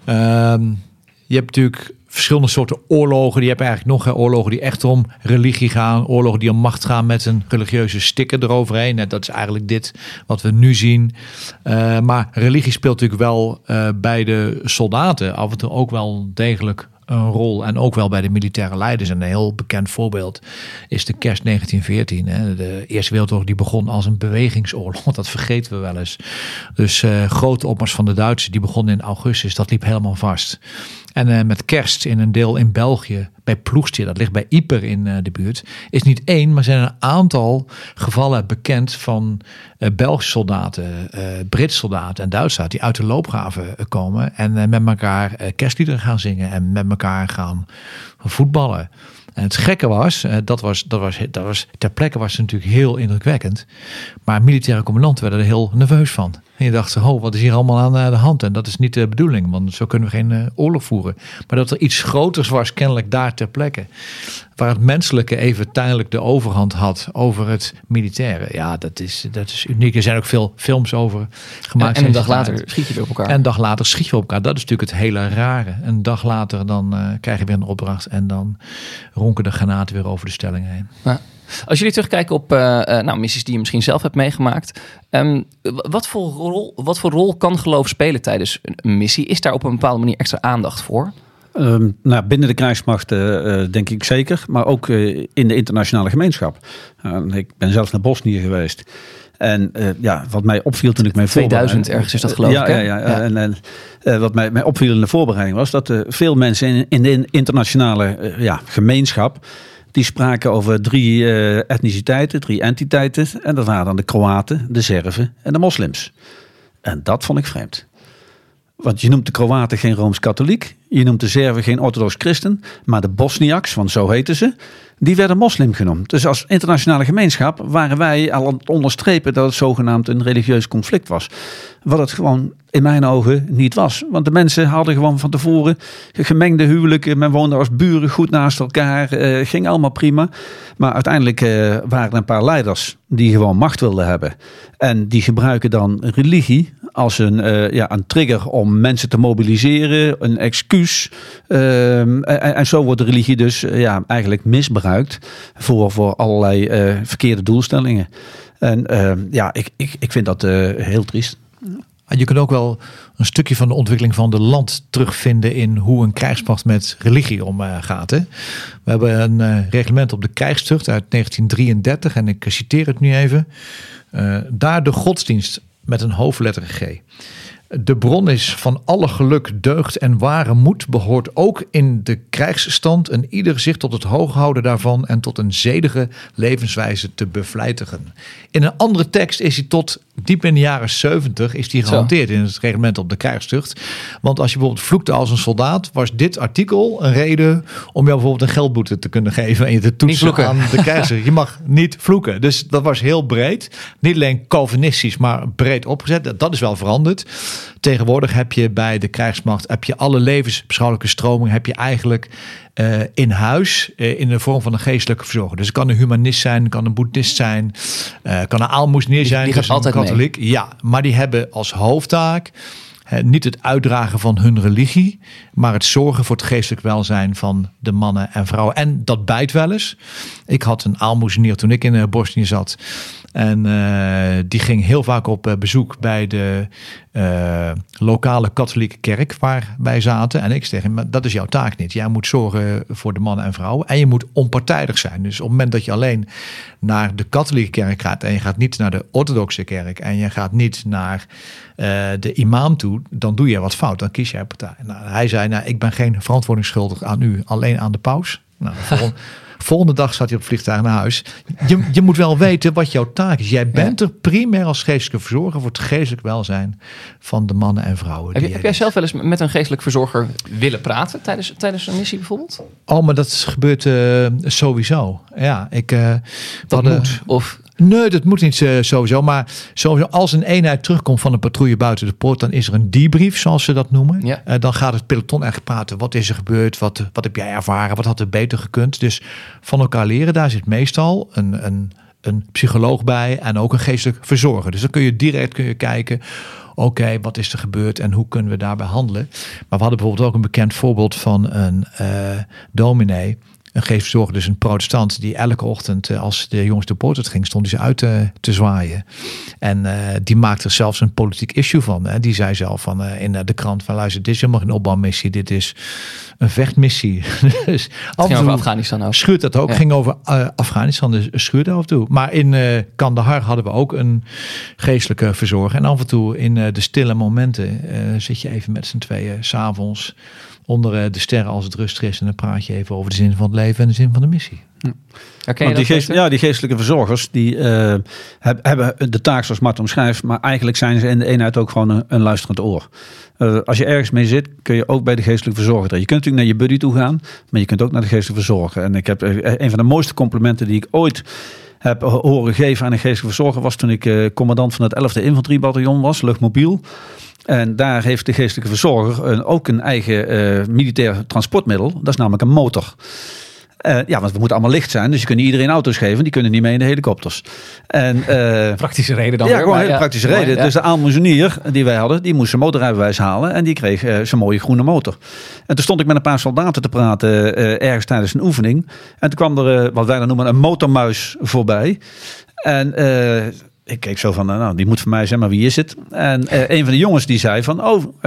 [SPEAKER 5] je hebt natuurlijk verschillende soorten oorlogen. Je hebt eigenlijk nog oorlogen die echt om religie gaan. Oorlogen die om macht gaan met een religieuze sticker eroverheen. En dat is eigenlijk dit wat we nu zien. Maar religie speelt natuurlijk wel bij de soldaten af en toe ook wel degelijk een rol. En ook wel bij de militaire leiders. En een heel bekend voorbeeld is de kerst 1914. Hè. De Eerste Wereldoorlog die begon als een bewegingsoorlog. Dat vergeten we wel eens. Dus grote opmars van de Duitsers die begonnen in augustus. Dat liep helemaal vast. En met kerst in een deel in België, bij Ploegstier, dat ligt bij Yper in de buurt, is niet één, maar zijn een aantal gevallen bekend van Belgische soldaten, Britse soldaten en Duitse soldaten die uit de loopgraven komen en met elkaar kerstliederen gaan zingen en met elkaar gaan voetballen. En het gekke was, dat was ter plekke was het natuurlijk heel indrukwekkend. Maar militaire commandanten werden er heel nerveus van. En je dacht, wat is hier allemaal aan de hand? En dat is niet de bedoeling, want zo kunnen we geen oorlog voeren. Maar dat er iets groters was, kennelijk daar ter plekke. Waar het menselijke even tijdelijk de overhand had over het militaire. Ja, dat is uniek. Er zijn ook veel films over gemaakt.
[SPEAKER 8] En een dag later schiet je weer op elkaar.
[SPEAKER 5] En een dag later schiet je op elkaar. Dat is natuurlijk het hele rare. Een dag later dan krijg je weer een opdracht. En dan ronken de granaten weer over de stellingen heen.
[SPEAKER 8] Ja. Als jullie terugkijken op missies die je misschien zelf hebt meegemaakt. Wat voor rol kan geloof spelen tijdens een missie? Is daar op een bepaalde manier extra aandacht voor?
[SPEAKER 9] Binnen de krijgsmacht denk ik zeker. Maar ook in de internationale gemeenschap. Ik ben zelf naar Bosnië geweest. En wat mij opviel toen ik mij
[SPEAKER 8] 2000 ergens is dat geloof ik.
[SPEAKER 9] Ja. En wat mij opviel in de voorbereiding was dat veel mensen in de internationale gemeenschap, die spraken over 3 etniciteiten, 3 entiteiten. En dat waren dan de Kroaten, de Serven en de moslims. En dat vond ik vreemd. Want je noemt de Kroaten geen Rooms-Katholiek. Je noemt de Serven geen orthodox christen. Maar de Bosniaks, want zo heten ze, die werden moslim genoemd. Dus als internationale gemeenschap waren wij al aan het onderstrepen dat het zogenaamd een religieus conflict was. Wat het gewoon in mijn ogen niet was. Want de mensen hadden gewoon van tevoren gemengde huwelijken. Men woonde als buren goed naast elkaar. Ging allemaal prima. Maar uiteindelijk waren er een paar leiders die gewoon macht wilden hebben. En die gebruiken dan religie als een trigger om mensen te mobiliseren. Een excuus. En zo wordt de religie dus eigenlijk misbruikt voor allerlei verkeerde doelstellingen. En ik vind dat heel triest.
[SPEAKER 5] Je kunt ook wel een stukje van de ontwikkeling van de land terugvinden in hoe een krijgsmacht met religie omgaat. We hebben een reglement op de krijgstucht uit 1933 en ik citeer het nu even. Daar de godsdienst met een hoofdletter G. De bron is van alle geluk, deugd en ware moed, behoort ook in de krijgsstand en ieder zich tot het hooghouden daarvan en tot een zedige levenswijze te bevlijtigen. In een andere tekst is hij tot diep in de jaren 70 is die gehanteerd in het reglement op de krijgstucht. Want als je bijvoorbeeld vloekte als een soldaat, was dit artikel een reden om jou bijvoorbeeld een geldboete te kunnen geven en je te toetsen aan de krijgstucht. Je mag niet vloeken. Dus dat was heel breed. Niet alleen Calvinistisch, maar breed opgezet. Dat is wel veranderd. Tegenwoordig heb je bij de krijgsmacht alle levensbeschouwelijke stromingen heb je eigenlijk in huis in de vorm van een geestelijke verzorger. Dus het kan een humanist zijn, kan een boeddhist zijn, kan een aalmoezenier zijn,
[SPEAKER 8] die gaat altijd
[SPEAKER 5] een katholiek. Mee. Ja, maar die hebben als hoofdtaak niet het uitdragen van hun religie, maar het zorgen voor het geestelijk welzijn van de mannen en vrouwen. En dat bijt wel eens. Ik had een aalmoezenier toen ik in Bosnië zat. En die ging heel vaak op bezoek bij de lokale katholieke kerk waar wij zaten. En ik zeg hem, dat is jouw taak niet. Jij moet zorgen voor de mannen en vrouwen. En je moet onpartijdig zijn. Dus op het moment dat je alleen naar de katholieke kerk gaat en je gaat niet naar de orthodoxe kerk en je gaat niet naar de imam toe, dan doe je wat fout. Dan kies jij partij. Nou, hij zei, ik ben geen verantwoording schuldig aan u, alleen aan de paus. Nou, volgende dag zat hij op het vliegtuig naar huis. Je moet wel weten wat jouw taak is. Jij bent er primair als geestelijke verzorger voor het geestelijk welzijn van de mannen en vrouwen.
[SPEAKER 8] Heb jij zelf wel eens met een geestelijk verzorger willen praten tijdens een missie bijvoorbeeld?
[SPEAKER 5] Oh, maar dat gebeurt sowieso. Ja,
[SPEAKER 8] dat moet? Of...
[SPEAKER 5] Nee, dat moet niet sowieso. Maar sowieso als een eenheid terugkomt van een patrouille buiten de poort, dan is er een debrief, zoals ze dat noemen. Ja. Dan gaat het peloton echt praten. Wat is er gebeurd? Wat heb jij ervaren? Wat had er beter gekund? Dus van elkaar leren, daar zit meestal een psycholoog bij en ook een geestelijk verzorger. Dus dan kun je direct kijken, oké, wat is er gebeurd en hoe kunnen we daarbij handelen? Maar we hadden bijvoorbeeld ook een bekend voorbeeld van een dominee, een geestverzorger, dus een protestant, die elke ochtend als de jongens de poort uit ging, stond hij ze uit te zwaaien. En die maakte er zelfs een politiek issue van. Hè. Die zei zelf van in de krant van luister, dit is helemaal geen opbouwmissie, dit is een vechtmissie. Dus
[SPEAKER 8] het ging over Afghanistan ook.
[SPEAKER 5] Schuurt dat ook. Ja. Ging over Afghanistan, dus schuurde af en toe. Maar in Kandahar hadden we ook een geestelijke verzorger. En af en toe in de stille momenten zit je even met z'n tweeën 's avonds onder de sterren als het rustig is en dan praat je even over de zin van het leven en de zin van de missie.
[SPEAKER 9] Want die geestelijke verzorgers die hebben de taak zoals Mart omschrijft, maar eigenlijk zijn ze in de eenheid ook gewoon een luisterend oor. Als je ergens mee zit, kun je ook bij de geestelijke verzorger. Je kunt natuurlijk naar je buddy toe gaan, maar je kunt ook naar de geestelijke verzorger. En ik heb een van de mooiste complimenten die ik ooit heb horen geven aan een geestelijke verzorger was toen ik commandant van het 11e Infanteriebataljon was, luchtmobiel. En daar heeft de geestelijke verzorger ook een eigen militair transportmiddel. Dat is namelijk een motor. Want we moeten allemaal licht zijn. Dus je kunt niet iedereen auto's geven. Die kunnen niet mee in de helikopters. En,
[SPEAKER 8] praktische reden dan
[SPEAKER 9] weer.
[SPEAKER 8] Ja,
[SPEAKER 9] gewoon een hele praktische reden. Ja. Dus de aalmoezenier die wij hadden, die moest zijn motorrijbewijs halen. En die kreeg zijn mooie groene motor. En toen stond ik met een paar soldaten te praten ergens tijdens een oefening. En toen kwam er, wat wij dan noemen, een motormuis voorbij. En ik keek zo van, die moet voor mij zijn, maar wie is het? En een van de jongens die zei van,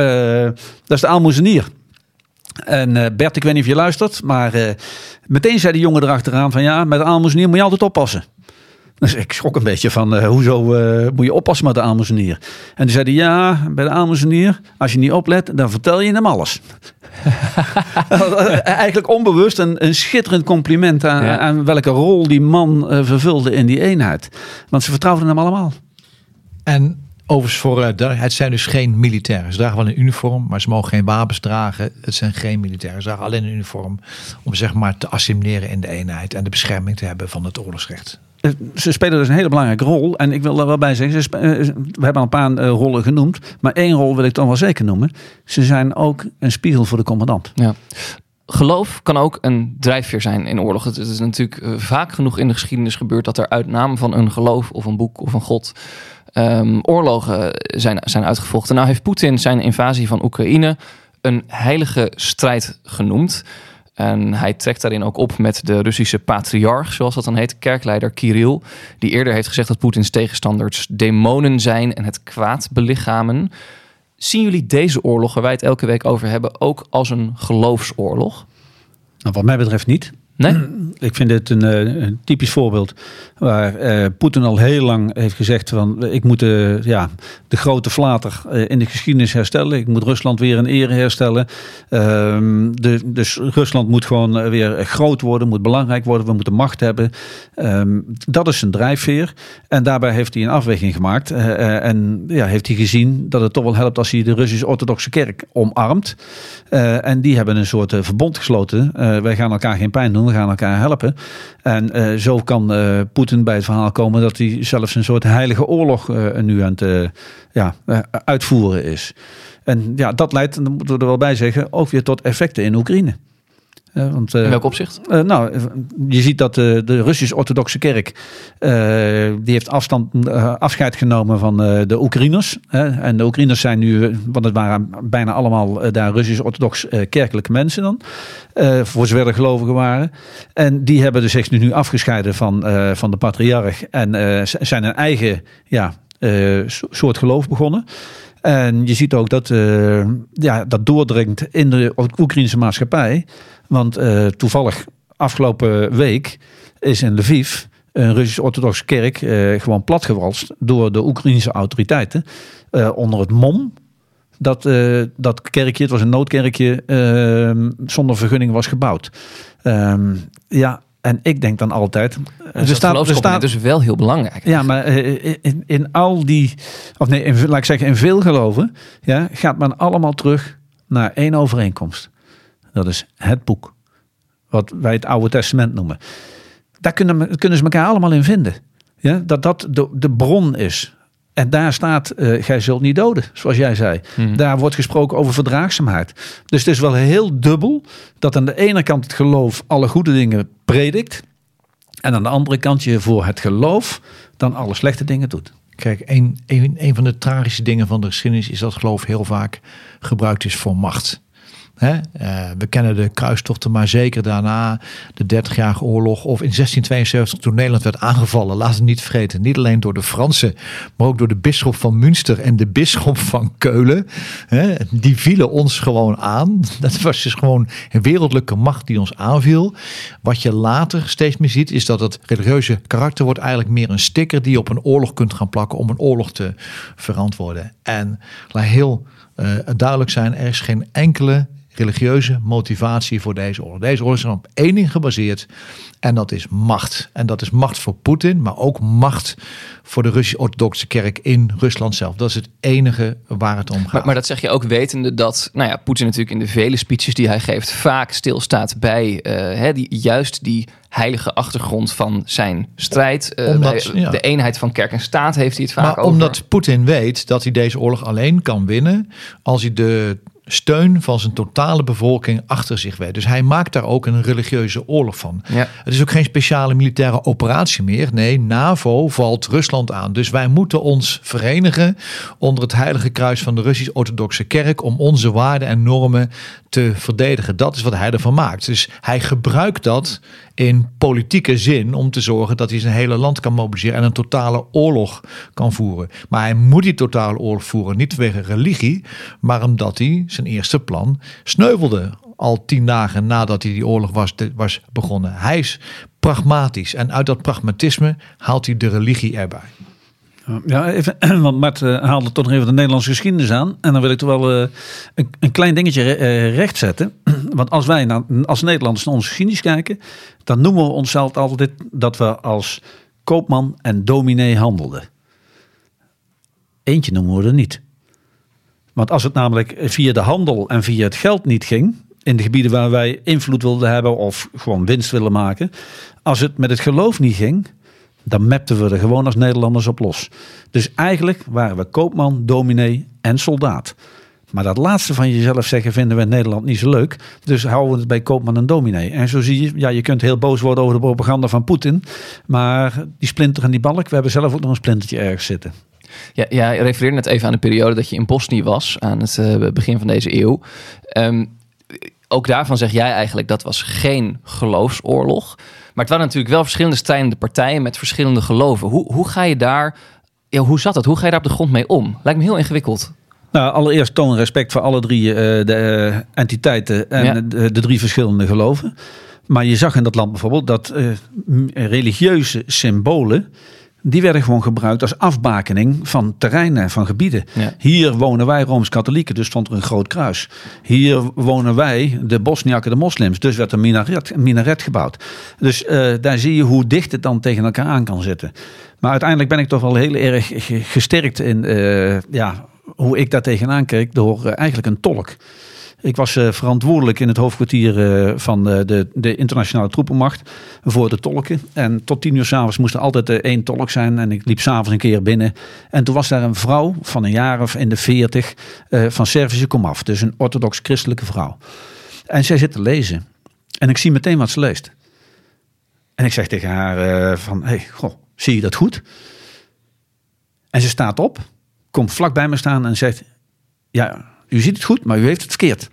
[SPEAKER 9] dat is de aalmoezenier. En Bert, ik weet niet of je luistert, maar meteen zei die jongen erachteraan van met de aalmoezenier moet je altijd oppassen. Dus ik schrok een beetje van, hoezo moet je oppassen met de aalmoezenier? En toen zei hij, ja, bij de aalmoezenier, als je niet oplet, dan vertel je hem alles. Eigenlijk onbewust een schitterend compliment aan welke rol die man vervulde in die eenheid. Want ze vertrouwden hem allemaal.
[SPEAKER 5] En overigens, het zijn dus geen militairen. Ze dragen wel een uniform, maar ze mogen geen wapens dragen. Het zijn geen militairen. Ze dragen alleen een uniform om zeg maar te assimileren in de eenheid en de bescherming te hebben van het oorlogsrecht.
[SPEAKER 9] Ze spelen dus een hele belangrijke rol. En ik wil daar wel bij zeggen, we hebben al een paar rollen genoemd. Maar 1 rol wil ik dan wel zeker noemen. Ze zijn ook een spiegel voor de commandant. Ja.
[SPEAKER 8] Geloof kan ook een drijfveer zijn in oorlog. Het is natuurlijk vaak genoeg in de geschiedenis gebeurd dat er uit naam van een geloof of een boek of een god oorlogen zijn uitgevochten. Nou heeft Poetin zijn invasie van Oekraïne een heilige strijd genoemd. En hij trekt daarin ook op met de Russische patriarch, zoals dat dan heet, kerkleider Kirill, die eerder heeft gezegd dat Poetins tegenstanders demonen zijn en het kwaad belichamen. Zien jullie deze oorlog, waar wij het elke week over hebben, ook als een geloofsoorlog?
[SPEAKER 9] Nou, wat mij betreft niet.
[SPEAKER 8] Nee?
[SPEAKER 9] Ik vind het een typisch voorbeeld waar Poetin al heel lang heeft gezegd van ik moet de grote flater in de geschiedenis herstellen. Ik moet Rusland weer in ere herstellen. Dus Rusland moet gewoon weer groot worden, moet belangrijk worden. We moeten macht hebben. Dat is zijn drijfveer. En daarbij heeft hij een afweging gemaakt. Heeft hij gezien dat het toch wel helpt als hij de Russisch-Orthodoxe Kerk omarmt. En die hebben een soort verbond gesloten. Wij gaan elkaar geen pijn doen. We gaan elkaar helpen. En zo kan Poetin bij het verhaal komen dat hij zelfs een soort heilige oorlog nu aan het uitvoeren is. En ja, dat leidt, dat moeten we er wel bij zeggen, ook weer tot effecten in Oekraïne.
[SPEAKER 8] In welk opzicht?
[SPEAKER 9] Je ziet dat de Russisch-Orthodoxe Kerk die heeft afscheid genomen van de Oekraïners. En de Oekraïners zijn nu, want het waren bijna allemaal daar Russisch-Orthodox kerkelijke mensen dan. Voor zover de gelovigen waren. En die hebben zich nu afgescheiden van de patriarch. En zijn een eigen soort geloof begonnen. En je ziet ook dat dat doordringt in de Oekraïnse maatschappij. Want toevallig afgelopen week is in Lviv een Russisch-Orthodoxe kerk gewoon platgewalst door de Oekraïnse autoriteiten. Onder het mom dat kerkje, het was een noodkerkje, zonder vergunning was gebouwd. En ik denk dan altijd...
[SPEAKER 8] Dat is wel heel belangrijk.
[SPEAKER 9] Ja, maar in al die... laat ik zeggen, in veel geloven gaat men allemaal terug naar 1 overeenkomst. Dat is het boek. Wat wij het Oude Testament noemen. Daar kunnen ze elkaar allemaal in vinden. Ja? Dat de bron is. En daar staat, gij zult niet doden, zoals jij zei. Daar wordt gesproken over verdraagzaamheid. Dus het is wel heel dubbel dat aan de ene kant het geloof alle goede dingen predikt. En aan de andere kant je voor het geloof dan alle slechte dingen doet.
[SPEAKER 5] Kijk, een van de tragische dingen van de geschiedenis is dat geloof heel vaak gebruikt is voor macht. We kennen de kruistochten, maar zeker daarna de 30-jarige oorlog of in 1672 toen Nederland werd aangevallen. Laat het niet vergeten, niet alleen door de Fransen, maar ook door de bisschop van Münster en de bisschop van Keulen. Die vielen ons gewoon aan. Dat was dus gewoon een wereldlijke macht die ons aanviel. Wat je later steeds meer ziet is dat het religieuze karakter wordt eigenlijk meer een sticker die je op een oorlog kunt gaan plakken om een oorlog te verantwoorden. En laat heel duidelijk zijn, er is geen enkele religieuze motivatie voor deze oorlog. Deze oorlog is op 1 ding gebaseerd en dat is macht. En dat is macht voor Poetin, maar ook macht voor de Russisch-Orthodoxe Kerk in Rusland zelf. Dat is het enige waar het om gaat.
[SPEAKER 8] Maar dat zeg je ook wetende dat Poetin natuurlijk in de vele speeches die hij geeft vaak stilstaat bij die heilige achtergrond van zijn strijd. De eenheid van kerk en staat heeft hij het vaak over.
[SPEAKER 5] Maar omdat Poetin weet dat hij deze oorlog alleen kan winnen als hij de steun van zijn totale bevolking achter zich weet. Dus hij maakt daar ook een religieuze oorlog van. Ja. Het is ook geen speciale militaire operatie meer. Nee, NAVO valt Rusland aan. Dus wij moeten ons verenigen onder het heilige kruis van de Russisch-Orthodoxe Kerk om onze waarden en normen te verdedigen. Dat is wat hij ervan maakt. Dus hij gebruikt dat in politieke zin om te zorgen dat hij zijn hele land kan mobiliseren en een totale oorlog kan voeren. Maar hij moet die totale oorlog voeren niet vanwege religie, maar omdat hij zijn eerste plan sneuvelde al 10 dagen nadat hij die oorlog was begonnen. Hij pragmatisch. En uit dat pragmatisme haalt hij de religie erbij.
[SPEAKER 9] Ja, even, want Mart haalde toch nog even de Nederlandse geschiedenis aan. En dan wil ik toch wel een klein dingetje rechtzetten. Want als wij als Nederlanders naar onze geschiedenis kijken, dan noemen we onszelf altijd dat we als koopman en dominee handelden. Eentje noemen we er niet. Want als het namelijk via de handel en via het geld niet ging, in de gebieden waar wij invloed wilden hebben of gewoon winst willen maken, als het met het geloof niet ging, dan mapten we er gewoon als Nederlanders op los. Dus eigenlijk waren we koopman, dominee en soldaat. Maar dat laatste van jezelf zeggen vinden we in Nederland niet zo leuk. Dus houden we het bij koopman en dominee. En zo zie je, ja, je kunt heel boos worden over de propaganda van Poetin. Maar die splinter en die balk, we hebben zelf ook nog een splintertje ergens zitten.
[SPEAKER 8] Ja, je refereerde net even aan de periode dat je in Bosnië was, aan het begin van deze eeuw. Ook daarvan zeg jij eigenlijk, dat was geen geloofsoorlog. Maar het waren natuurlijk wel verschillende strijdende partijen met verschillende geloven. Hoe ga je daar, hoe zat het? Hoe ga je daar op de grond mee om? Lijkt me heel ingewikkeld.
[SPEAKER 9] Nou, allereerst toon respect voor alle drie de entiteiten en de drie verschillende geloven. Maar je zag in dat land bijvoorbeeld dat religieuze symbolen, die werden gewoon gebruikt als afbakening van terreinen, van gebieden. Ja. Hier wonen wij Rooms-Katholieken, dus stond er een groot kruis. Hier wonen wij de Bosniakken, de moslims, dus werd een minaret gebouwd. Dus daar zie je hoe dicht het dan tegen elkaar aan kan zitten. Maar uiteindelijk ben ik toch wel heel erg gesterkt in hoe ik daar tegenaan keek door eigenlijk een tolk. Ik was verantwoordelijk in het hoofdkwartier van de internationale troepenmacht voor de tolken. En tot 10 uur 's avonds moest er altijd 1 tolk zijn. En ik liep 's avonds een keer binnen. En toen was daar een vrouw van een jaar of in de 40 van Servische komaf. Dus een orthodox-christelijke vrouw. En zij zit te lezen. En ik zie meteen wat ze leest. En ik zeg tegen haar zie je dat goed? En ze staat op, komt vlak bij me staan en zegt, ja, u ziet het goed, maar u heeft het verkeerd.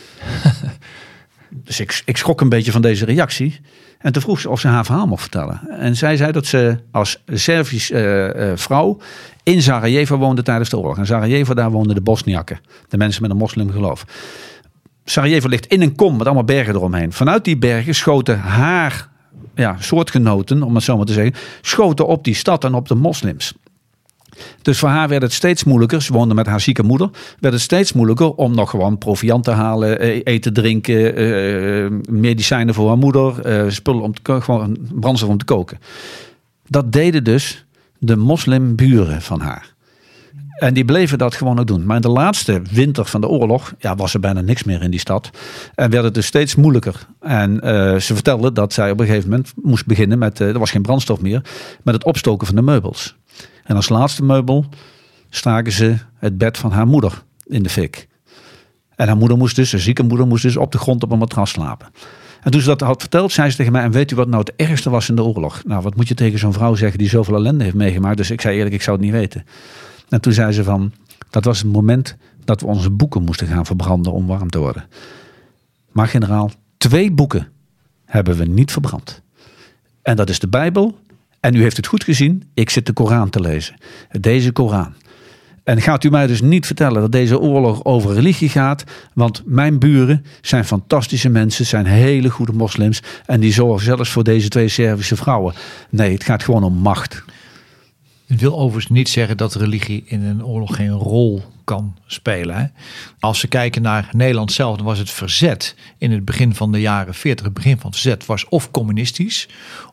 [SPEAKER 9] Dus ik schrok een beetje van deze reactie. En toen vroeg ze of ze haar verhaal mocht vertellen. En zij zei dat ze als Servisch vrouw in Sarajevo woonde tijdens de oorlog. En Sarajevo, daar woonden de Bosniakken. De mensen met een moslimgeloof. Sarajevo ligt in een kom met allemaal bergen eromheen. Vanuit die bergen schoten haar soortgenoten, om het zo maar te zeggen, schoten op die stad en op de moslims. Dus voor haar werd het steeds moeilijker. Ze woonde met haar zieke moeder. Werd het steeds moeilijker om nog gewoon proviant te halen, eten, drinken, medicijnen voor haar moeder, spullen om te koken, gewoon brandstof om te koken. Dat deden dus de moslimburen van haar. En die bleven dat gewoon ook doen. Maar in de laatste winter van de oorlog was er bijna niks meer in die stad. En werd het dus steeds moeilijker. En ze vertelde dat zij op een gegeven moment moest beginnen met, er was geen brandstof meer, met het opstoken van de meubels. En als laatste meubel staken ze het bed van haar moeder in de fik. En haar moeder moest dus, een zieke moeder, moest dus op de grond op een matras slapen. En toen ze dat had verteld, zei ze tegen mij, en weet u wat nou het ergste was in de oorlog? Nou, wat moet je tegen zo'n vrouw zeggen die zoveel ellende heeft meegemaakt? Dus ik zei eerlijk, ik zou het niet weten. En toen zei ze van, dat was het moment dat we onze boeken moesten gaan verbranden om warm te worden. Maar generaal, 2 boeken hebben we niet verbrand. En dat is de Bijbel. En u heeft het goed gezien, ik zit de Koran te lezen. Deze Koran. En gaat u mij dus niet vertellen dat deze oorlog over religie gaat. Want mijn buren zijn fantastische mensen, zijn hele goede moslims. En die zorgen zelfs voor deze 2 Servische vrouwen. Nee, het gaat gewoon om macht.
[SPEAKER 5] Het wil overigens niet zeggen dat religie in een oorlog geen rol kan spelen. Hè? Als we kijken naar Nederland zelf, dan was het verzet in het begin van de jaren 40. Het begin van het verzet was of communistisch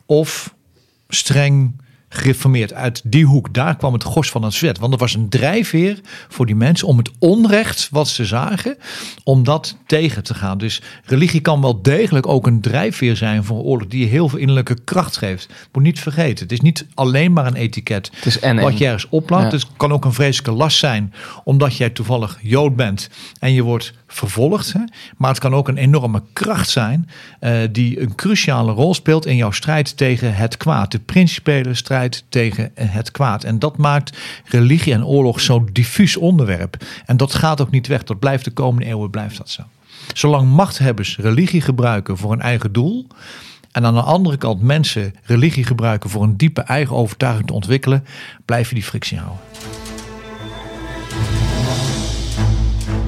[SPEAKER 5] of streng gereformeerd. Uit die hoek, daar kwam het gros van het verzet. Want er was een drijfveer voor die mensen om het onrecht wat ze zagen, om dat tegen te gaan. Dus religie kan wel degelijk ook een drijfveer zijn voor een oorlog die je heel veel innerlijke kracht geeft. Moet niet vergeten, het is niet alleen maar een etiket wat je ergens oplakt. Ja. Het kan ook een vreselijke last zijn, omdat jij toevallig Jood bent en je wordt vervolgd. Hè? Maar het kan ook een enorme kracht zijn die een cruciale rol speelt in jouw strijd tegen het kwaad. De principiële strijd tegen het kwaad. En dat maakt religie en oorlog zo'n diffuus onderwerp. En dat gaat ook niet weg. Dat blijft de komende eeuwen blijft dat zo. Zolang machthebbers religie gebruiken voor een eigen doel, en aan de andere kant mensen religie gebruiken voor een diepe eigen overtuiging te ontwikkelen, blijf je die frictie houden.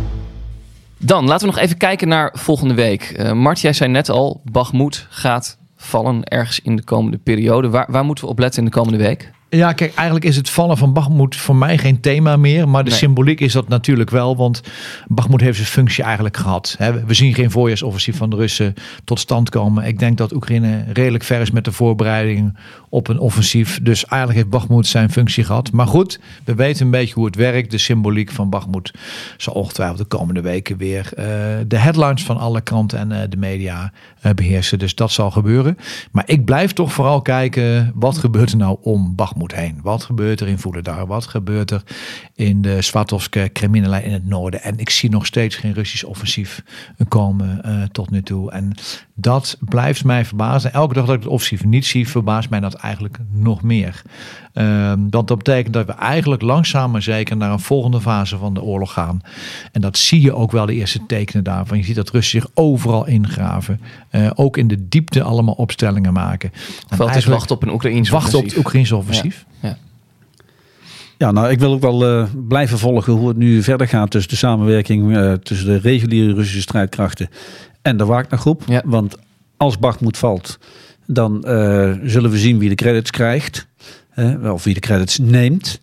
[SPEAKER 8] Dan laten we nog even kijken naar volgende week. Mart, jij zei net al, Bakhmut gaat vallen ergens in de komende periode. Waar moeten we op letten in de komende week?
[SPEAKER 5] Ja, kijk, eigenlijk is het vallen van Bakhmut voor mij geen thema meer. Maar de symboliek is dat natuurlijk wel. Want Bakhmut heeft zijn functie eigenlijk gehad. We zien geen voorjaarsoffensief van de Russen tot stand komen. Ik denk dat Oekraïne redelijk ver is met de voorbereiding op een offensief. Dus eigenlijk heeft Bakhmut zijn functie gehad. Maar goed, we weten een beetje hoe het werkt. De symboliek van Bakhmut zal ongetwijfeld de komende weken weer de headlines van alle kranten en de media beheersen. Dus dat zal gebeuren. Maar ik blijf toch vooral kijken, wat gebeurt er nou om Bakhmut heen? Wat gebeurt er in Vuhledar? Wat gebeurt er in de Svatovske Kreminalijn in het noorden? En ik zie nog steeds geen Russisch offensief komen tot nu toe. En dat blijft mij verbazen. Elke dag dat ik het offensief niet zie, verbaast mij dat eigenlijk nog meer. Want dat betekent dat we eigenlijk langzaam maar zeker naar een volgende fase van de oorlog gaan. En dat zie je ook wel, de eerste tekenen daarvan. Je ziet dat Russen zich overal ingraven. Ook in de diepte allemaal opstellingen maken.
[SPEAKER 8] Ofwel, het is wachten op een Oekraïns offensief.
[SPEAKER 5] Wachten op het Oekraïns offensief.
[SPEAKER 8] Ja.
[SPEAKER 9] Ja, nou, ik wil ook wel blijven volgen hoe het nu verder gaat tussen de samenwerking tussen de reguliere Russische strijdkrachten en de Wagner-groep. Ja. Want als Bakhmut valt, dan zullen we zien wie de credits krijgt. Of wie de credits neemt.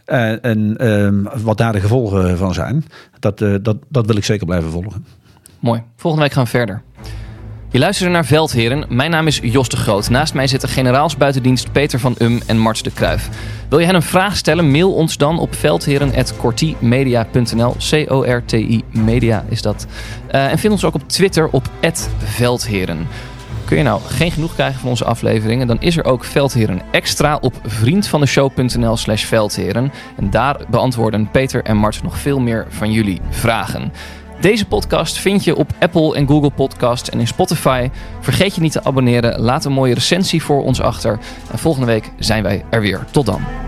[SPEAKER 9] En wat daar de gevolgen van zijn. Dat wil ik zeker blijven volgen.
[SPEAKER 8] Mooi. Volgende week gaan we verder. Je luistert naar Veldheren. Mijn naam is Jos de Groot. Naast mij zitten generaals buitendienst Peter van en Marts de Kruijf. Wil je hen een vraag stellen? Mail ons dan op veldheren@cortimedia.nl. CORTI Media is dat. En vind ons ook op Twitter op @Veldheren. Kun je nou geen genoeg krijgen van onze afleveringen, dan is er ook Veldheren Extra op vriendvandeshow.nl/Veldheren. En daar beantwoorden Peter en Mart nog veel meer van jullie vragen. Deze podcast vind je op Apple en Google Podcasts en in Spotify. Vergeet je niet te abonneren. Laat een mooie recensie voor ons achter. En volgende week zijn wij er weer. Tot dan.